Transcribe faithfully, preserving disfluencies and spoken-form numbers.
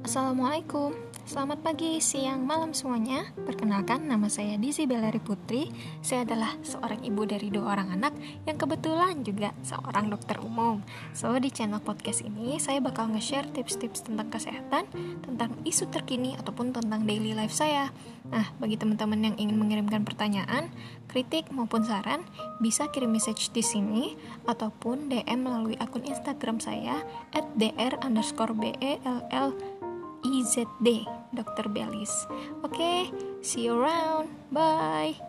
Assalamualaikum, selamat pagi, siang, malam semuanya. Perkenalkan, nama saya Dizi Belari Putri. Saya adalah seorang ibu dari dua orang anak yang kebetulan juga seorang dokter umum. So, di channel podcast ini saya bakal nge-share tips-tips tentang kesehatan, tentang isu terkini ataupun tentang daily life saya. Nah, bagi teman-teman yang ingin mengirimkan pertanyaan, kritik maupun saran, bisa kirim message di sini ataupun D M melalui akun Instagram saya at dr underscore bell I Z D, dokter Belis. Oke, okay, see you around. Bye.